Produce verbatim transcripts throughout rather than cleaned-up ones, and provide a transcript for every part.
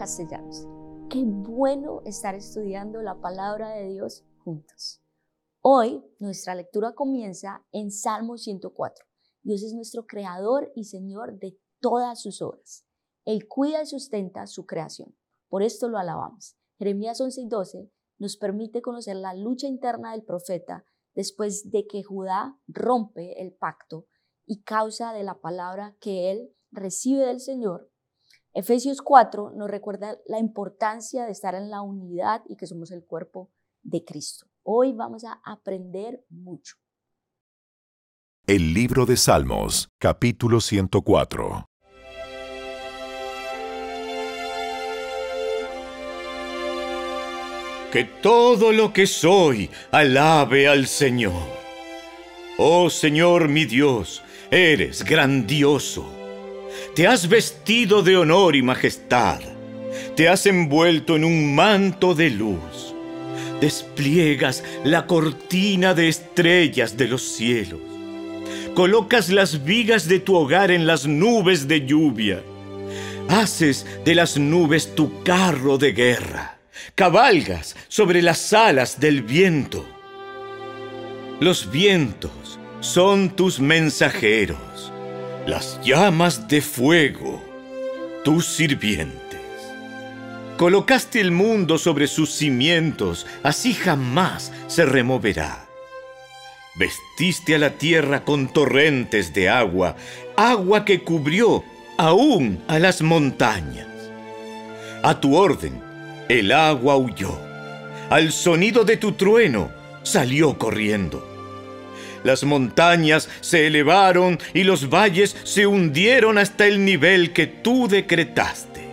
Castellanos. Qué bueno estar estudiando la palabra de Dios juntos. Hoy nuestra lectura comienza en Salmo ciento cuatro. Dios es nuestro creador y Señor de todas sus obras. Él cuida y sustenta su creación. Por esto lo alabamos. Jeremías once y doce nos permite conocer la lucha interna del profeta después de que Judá rompe el pacto y causa de la palabra que él recibe del Señor. Efesios cuatro nos recuerda la importancia de estar en la unidad y que somos el cuerpo de Cristo. Hoy vamos a aprender mucho. El libro de Salmos, capítulo ciento cuatro. Que todo lo que soy alabe al Señor. Oh Señor mi Dios, eres grandioso. Te has vestido de honor y majestad. Te has envuelto en un manto de luz. Despliegas la cortina de estrellas de los cielos. Colocas las vigas de tu hogar en las nubes de lluvia. Haces de las nubes tu carro de guerra. Cabalgas sobre las alas del viento. Los vientos son tus mensajeros, las llamas de fuego, tus sirvientes. Colocaste el mundo sobre sus cimientos, así jamás se removerá. Vestiste a la tierra con torrentes de agua, agua que cubrió aún a las montañas. A tu orden, el agua huyó. Al sonido de tu trueno, salió corriendo. Las montañas se elevaron y los valles se hundieron hasta el nivel que tú decretaste.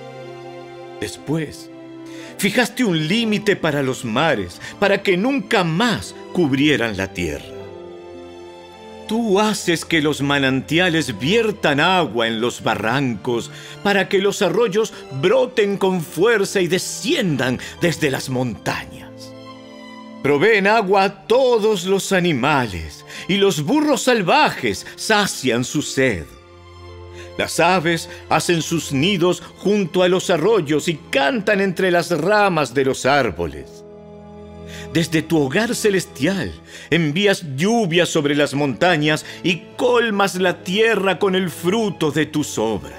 Después, fijaste un límite para los mares, para que nunca más cubrieran la tierra. Tú haces que los manantiales viertan agua en los barrancos, para que los arroyos broten con fuerza y desciendan desde las montañas. Proveen agua a todos los animales, y los burros salvajes sacian su sed. Las aves hacen sus nidos junto a los arroyos y cantan entre las ramas de los árboles. Desde tu hogar celestial envías lluvia sobre las montañas y colmas la tierra con el fruto de tus obras.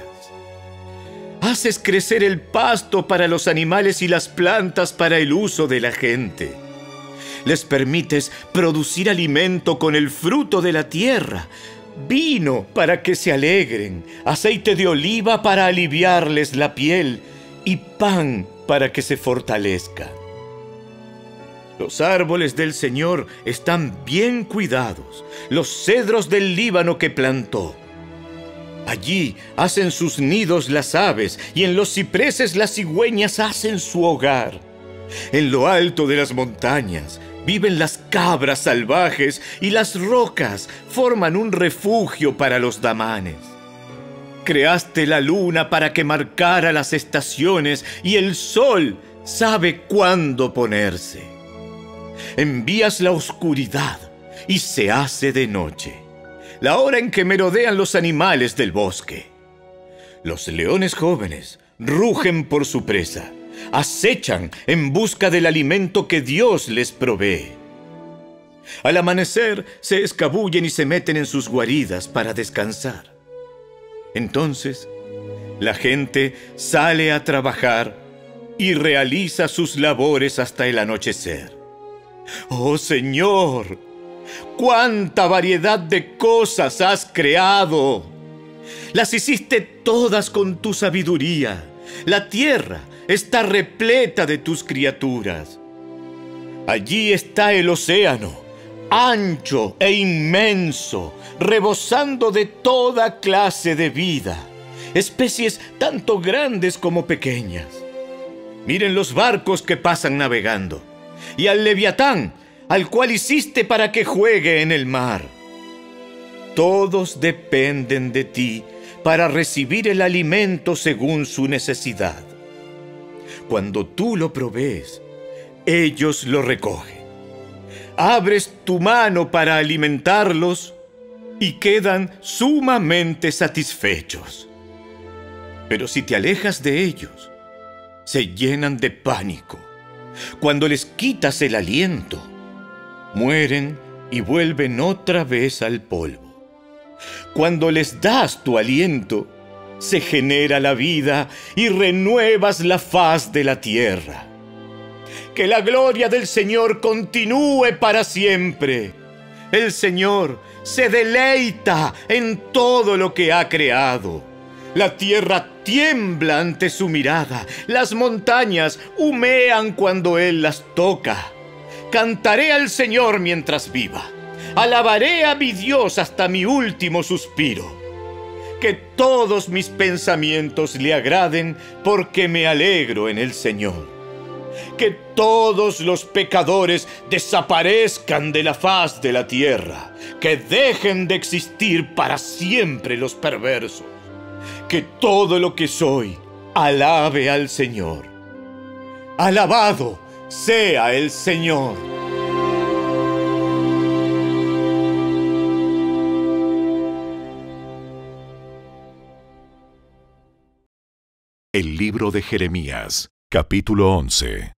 Haces crecer el pasto para los animales y las plantas para el uso de la gente. Les permites producir alimento con el fruto de la tierra, vino para que se alegren, aceite de oliva para aliviarles la piel y pan para que se fortalezcan. Los árboles del Señor están bien cuidados, los cedros del Líbano que plantó. Allí hacen sus nidos las aves y en los cipreses las cigüeñas hacen su hogar. En lo alto de las montañas viven las cabras salvajes y las rocas forman un refugio para los damanes. Creaste la luna para que marcara las estaciones y el sol sabe cuándo ponerse. Envías la oscuridad y se hace de noche, la hora en que merodean los animales del bosque. Los leones jóvenes rugen por su presa, acechan en busca del alimento que Dios les provee. Al amanecer se escabullen y se meten en sus guaridas para descansar. Entonces, la gente sale a trabajar y realiza sus labores hasta el anochecer. ¡Oh Señor! ¡Cuánta variedad de cosas has creado! Las hiciste todas con tu sabiduría. La tierra está repleta de tus criaturas. Allí está el océano, ancho e inmenso, rebosando de toda clase de vida, especies tanto grandes como pequeñas. Miren los barcos que pasan navegando, y al leviatán, al cual hiciste para que juegue en el mar. Todos dependen de ti para recibir el alimento según su necesidad. Cuando tú lo provees, ellos lo recogen. Abres tu mano para alimentarlos y quedan sumamente satisfechos. Pero si te alejas de ellos, se llenan de pánico. Cuando les quitas el aliento, mueren y vuelven otra vez al polvo. Cuando les das tu aliento, se genera la vida y renuevas la faz de la tierra. Que la gloria del Señor continúe para siempre. El Señor se deleita en todo lo que ha creado. La tierra tiembla ante su mirada, las montañas humean cuando Él las toca. Cantaré al Señor mientras viva, alabaré a mi Dios hasta mi último suspiro. Que todos mis pensamientos le agraden, porque me alegro en el Señor. Que todos los pecadores desaparezcan de la faz de la tierra, que dejen de existir para siempre los perversos. Que todo lo que soy alabe al Señor. Alabado sea el Señor. El libro de Jeremías, capítulo once.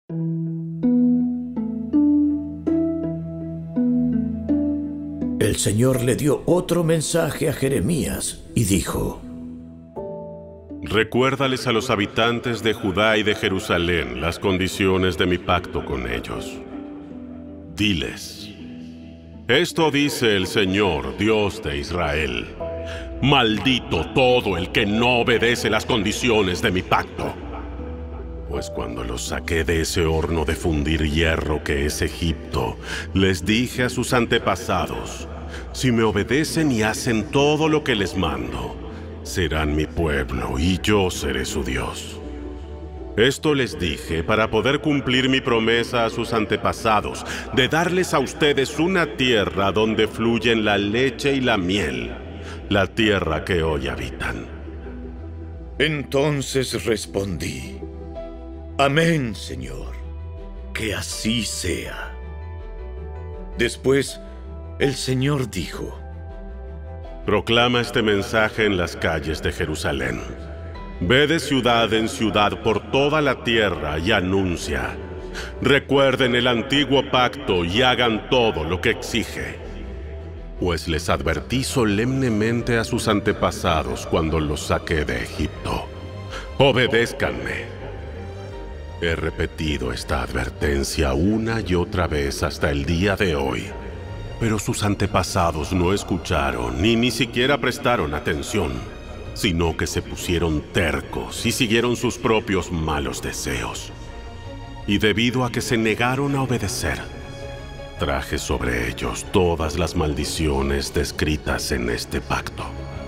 El Señor le dio otro mensaje a Jeremías y dijo: Recuérdales a los habitantes de Judá y de Jerusalén las condiciones de mi pacto con ellos. Diles: esto dice el Señor, Dios de Israel: maldito todo el que no obedece las condiciones de mi pacto. Pues cuando los saqué de ese horno de fundir hierro que es Egipto, les dije a sus antepasados: si me obedecen y hacen todo lo que les mando, serán mi pueblo y yo seré su Dios. Esto les dije para poder cumplir mi promesa a sus antepasados de darles a ustedes una tierra donde fluyen la leche y la miel, la tierra que hoy habitan. Entonces respondí: Amén, Señor, que así sea. Después, el Señor dijo: Proclama este mensaje en las calles de Jerusalén. Ve de ciudad en ciudad por toda la tierra y anuncia: recuerden el antiguo pacto y hagan todo lo que exige. Pues les advertí solemnemente a sus antepasados cuando los saqué de Egipto: obedézcanme. He repetido esta advertencia una y otra vez hasta el día de hoy, pero sus antepasados no escucharon ni ni siquiera prestaron atención, sino que se pusieron tercos y siguieron sus propios malos deseos. Y debido a que se negaron a obedecer, traje sobre ellos todas las maldiciones descritas en este pacto.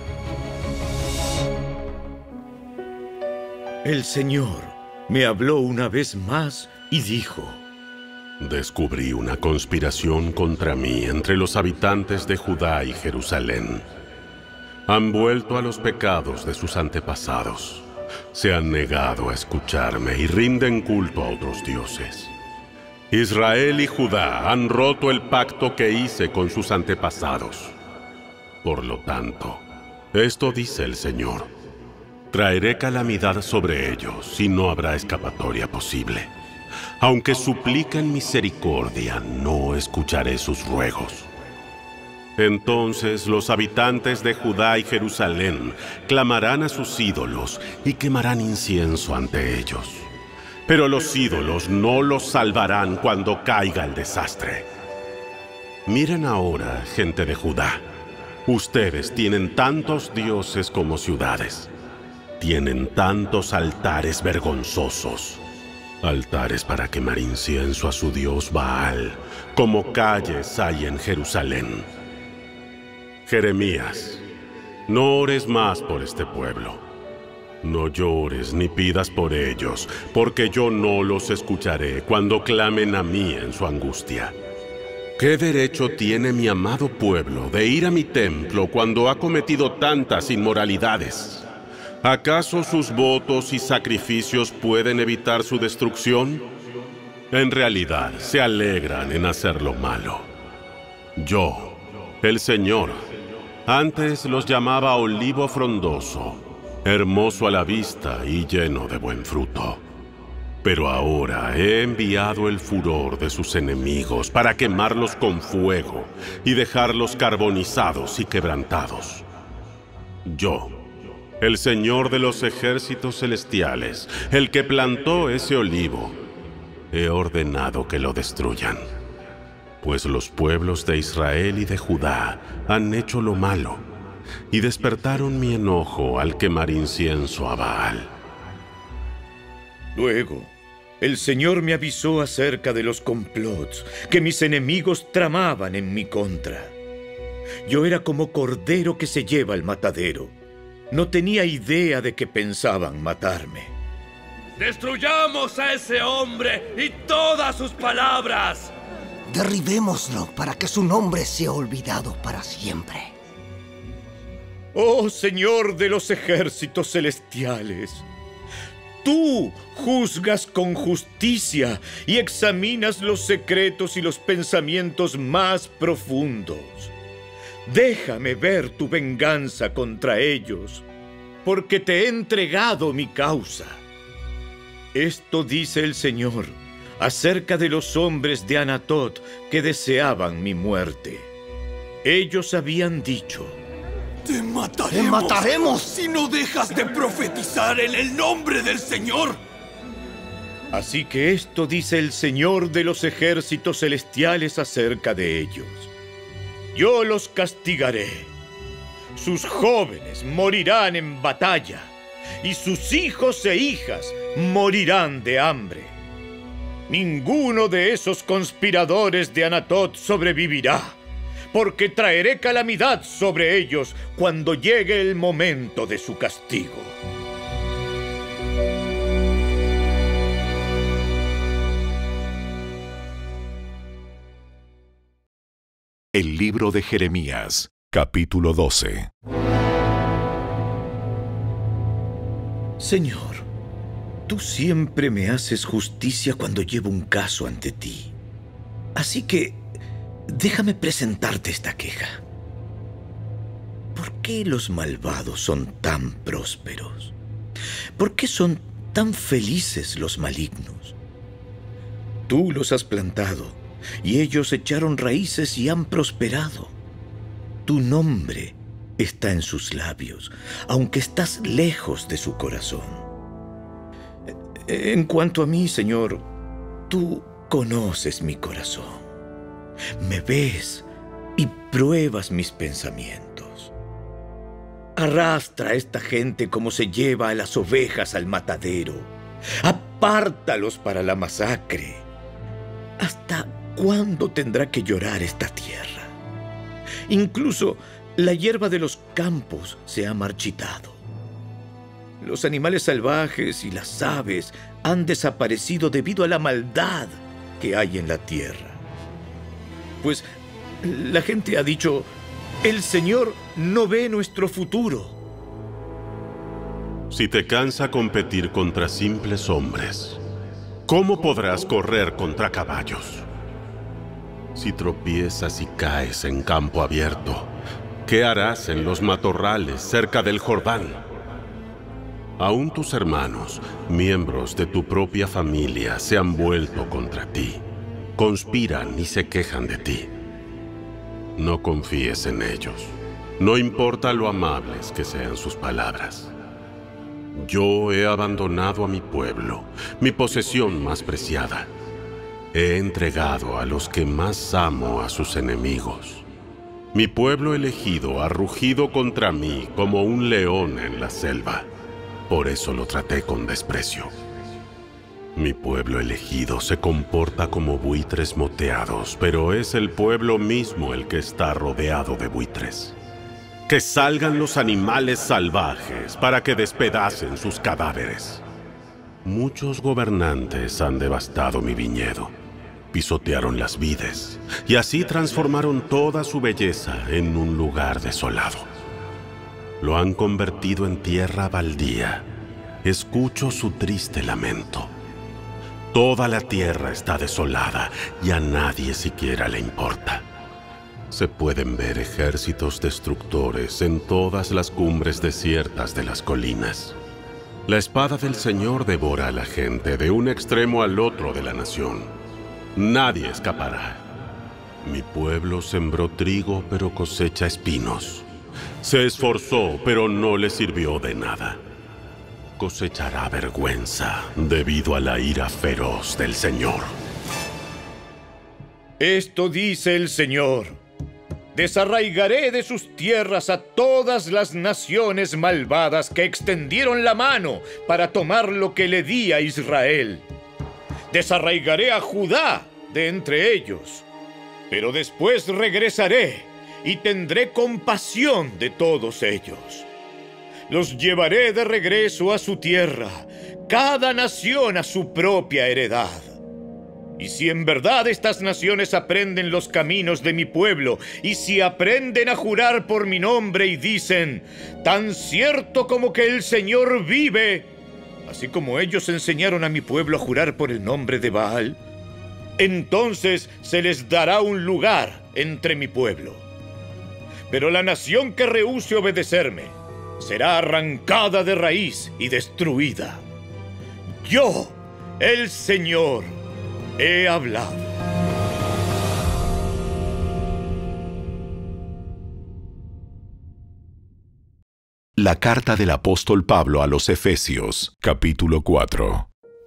El Señor me habló una vez más y dijo: Descubrí una conspiración contra mí entre los habitantes de Judá y Jerusalén. Han vuelto a los pecados de sus antepasados. Se han negado a escucharme y rinden culto a otros dioses. Israel y Judá han roto el pacto que hice con sus antepasados. Por lo tanto, esto dice el Señor: traeré calamidad sobre ellos y no habrá escapatoria posible. Aunque supliquen misericordia, no escucharé sus ruegos. Entonces los habitantes de Judá y Jerusalén clamarán a sus ídolos y quemarán incienso ante ellos. Pero los ídolos no los salvarán cuando caiga el desastre. Miren ahora, gente de Judá. Ustedes tienen tantos dioses como ciudades. Tienen tantos altares vergonzosos. Altares para quemar incienso a su dios Baal, como calles hay en Jerusalén. Jeremías, no ores más por este pueblo. No llores ni pidas por ellos, porque yo no los escucharé cuando clamen a mí en su angustia. ¿Qué derecho tiene mi amado pueblo de ir a mi templo cuando ha cometido tantas inmoralidades? ¿Acaso sus votos y sacrificios pueden evitar su destrucción? En realidad, se alegran en hacer lo malo. Yo, el Señor, antes los llamaba olivo frondoso, hermoso a la vista y lleno de buen fruto. Pero ahora he enviado el furor de sus enemigos para quemarlos con fuego y dejarlos carbonizados y quebrantados. Yo, el Señor de los ejércitos celestiales, el que plantó ese olivo, he ordenado que lo destruyan. Pues los pueblos de Israel y de Judá han hecho lo malo y despertaron mi enojo al quemar incienso a Baal. Luego, el Señor me avisó acerca de los complots que mis enemigos tramaban en mi contra. Yo era como cordero que se lleva al matadero. No tenía idea de que pensaban matarme. ¡Destruyamos a ese hombre y todas sus palabras! Derribémoslo para que su nombre sea olvidado para siempre. Oh Señor de los ejércitos celestiales, tú juzgas con justicia y examinas los secretos y los pensamientos más profundos. Déjame ver tu venganza contra ellos, porque te he entregado mi causa. Esto dice el Señor acerca de los hombres de Anatot que deseaban mi muerte. Ellos habían dicho: ¡Te mataremos! ¡Te mataremos! ¡Si no dejas de profetizar en el nombre del Señor! Así que esto dice el Señor de los ejércitos celestiales acerca de ellos: yo los castigaré. Sus jóvenes morirán en batalla, y sus hijos e hijas morirán de hambre. Ninguno de esos conspiradores de Anatot sobrevivirá, porque traeré calamidad sobre ellos cuando llegue el momento de su castigo. El libro de Jeremías, capítulo doce. Señor, tú siempre me haces justicia cuando llevo un caso ante ti. Así que déjame presentarte esta queja. ¿Por qué los malvados son tan prósperos? ¿Por qué son tan felices los malignos? Tú los has plantado, y ellos echaron raíces y han prosperado. Tu nombre está en sus labios, aunque estás lejos de su corazón. En cuanto a mí, Señor, tú conoces mi corazón. Me ves y pruebas mis pensamientos. Arrastra a esta gente como se lleva a las ovejas al matadero. Apártalos para la masacre. ¿Hasta cuándo tendrá que llorar esta tierra? Incluso la hierba de los campos se ha marchitado. Los animales salvajes y las aves han desaparecido debido a la maldad que hay en la tierra. Pues la gente ha dicho: el Señor no ve nuestro futuro. Si te cansa competir contra simples hombres, ¿cómo podrás correr contra caballos? Si tropiezas y caes en campo abierto, ¿qué harás en los matorrales cerca del Jordán? Aún tus hermanos, miembros de tu propia familia, se han vuelto contra ti. Conspiran y se quejan de ti. No confíes en ellos. No importa lo amables que sean sus palabras. Yo he abandonado a mi pueblo, mi posesión más preciada. He entregado a los que más amo a sus enemigos. Mi pueblo elegido ha rugido contra mí como un león en la selva. Por eso lo traté con desprecio. Mi pueblo elegido se comporta como buitres moteados, pero es el pueblo mismo el que está rodeado de buitres. Que salgan los animales salvajes para que despedacen sus cadáveres. Muchos gobernantes han devastado mi viñedo, pisotearon las vides y así transformaron toda su belleza en un lugar desolado. Lo han convertido en tierra baldía. Escucho su triste lamento. Toda la tierra está desolada y a nadie siquiera le importa. Se pueden ver ejércitos destructores en todas las cumbres desiertas de las colinas. La espada del Señor devora a la gente de un extremo al otro de la nación. Nadie escapará. Mi pueblo sembró trigo, pero cosecha espinos. Se esforzó, pero no le sirvió de nada. Cosechará vergüenza debido a la ira feroz del Señor. Esto dice el Señor: desarraigaré de sus tierras a todas las naciones malvadas que extendieron la mano para tomar lo que le di a Israel. Desarraigaré a Judá de entre ellos, pero después regresaré y tendré compasión de todos ellos. Los llevaré de regreso a su tierra, cada nación a su propia heredad. Y si en verdad estas naciones aprenden los caminos de mi pueblo, y si aprenden a jurar por mi nombre y dicen: tan cierto como que el Señor vive, así como ellos enseñaron a mi pueblo a jurar por el nombre de Baal, entonces se les dará un lugar entre mi pueblo. Pero la nación que rehúse obedecerme será arrancada de raíz y destruida. Yo, el Señor, he hablado. La carta del apóstol Pablo a los Efesios, capítulo cuatro.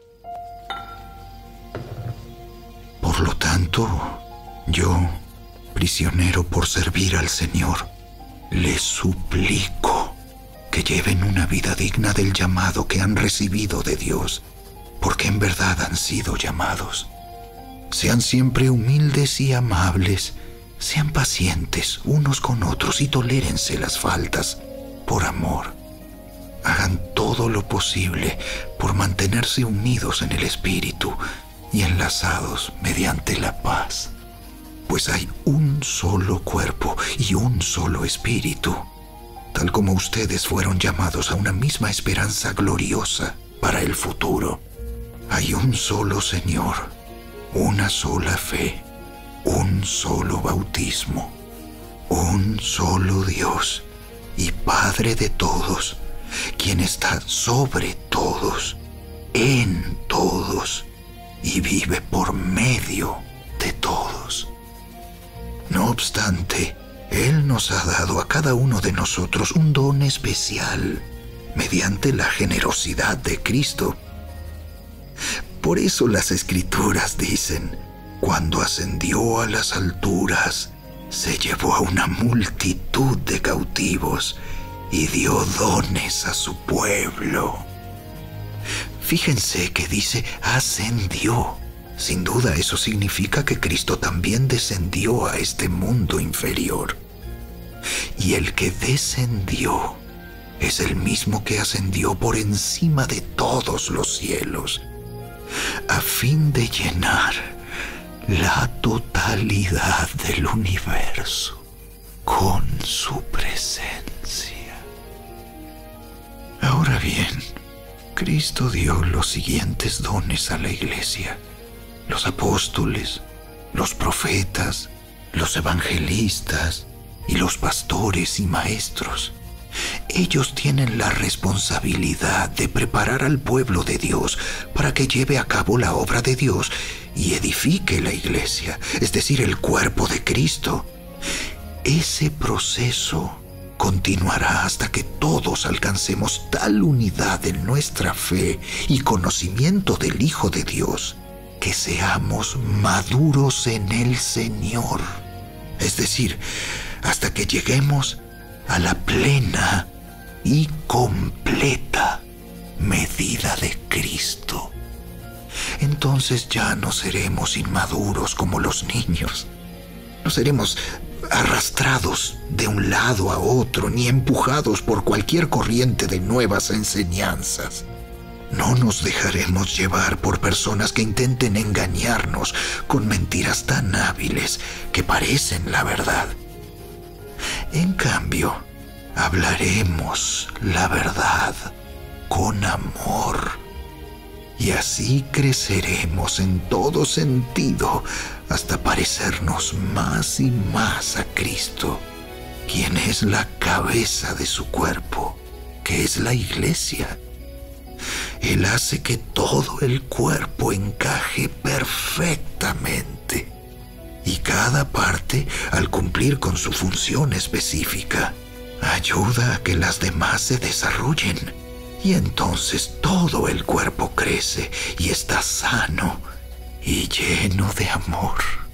Por lo tanto, yo, prisionero por servir al Señor, les suplico que lleven una vida digna del llamado que han recibido de Dios, porque en verdad han sido llamados. Sean siempre humildes y amables, sean pacientes unos con otros y tolérense las faltas por amor. Hagan todo lo posible por mantenerse unidos en el Espíritu y enlazados mediante la paz. Pues hay un solo cuerpo y un solo Espíritu, tal como ustedes fueron llamados a una misma esperanza gloriosa para el futuro. Hay un solo Señor, una sola fe, un solo bautismo, un solo Dios y Padre de todos, quien está sobre todos, en todos y vive por medio de todos. No obstante, Él nos ha dado a cada uno de nosotros un don especial mediante la generosidad de Cristo. Por eso las Escrituras dicen: cuando ascendió a las alturas, se llevó a una multitud de cautivos y dio dones a su pueblo. Fíjense que dice ascendió. Sin duda eso significa que Cristo también descendió a este mundo inferior. Y el que descendió es el mismo que ascendió por encima de todos los cielos, a fin de llenar la totalidad del universo con su presencia. Ahora bien, Cristo dio los siguientes dones a la iglesia: los apóstoles, los profetas, los evangelistas y los pastores y maestros. Ellos tienen la responsabilidad de preparar al pueblo de Dios para que lleve a cabo la obra de Dios y edifique la iglesia, es decir, el cuerpo de Cristo. Ese proceso continuará hasta que todos alcancemos tal unidad en nuestra fe y conocimiento del Hijo de Dios que seamos maduros en el Señor, es decir, hasta que lleguemos a la plena y completa medida de Cristo. Entonces ya no seremos inmaduros como los niños. No seremos arrastrados de un lado a otro ni empujados por cualquier corriente de nuevas enseñanzas. No nos dejaremos llevar por personas que intenten engañarnos con mentiras tan hábiles que parecen la verdad. En cambio, hablaremos la verdad con amor, y así creceremos en todo sentido hasta parecernos más y más a Cristo, quien es la cabeza de su cuerpo, que es la iglesia. Él hace que todo el cuerpo encaje perfectamente. Y cada parte, al cumplir con su función específica, ayuda a que las demás se desarrollen. Y entonces todo el cuerpo crece y está sano y lleno de amor.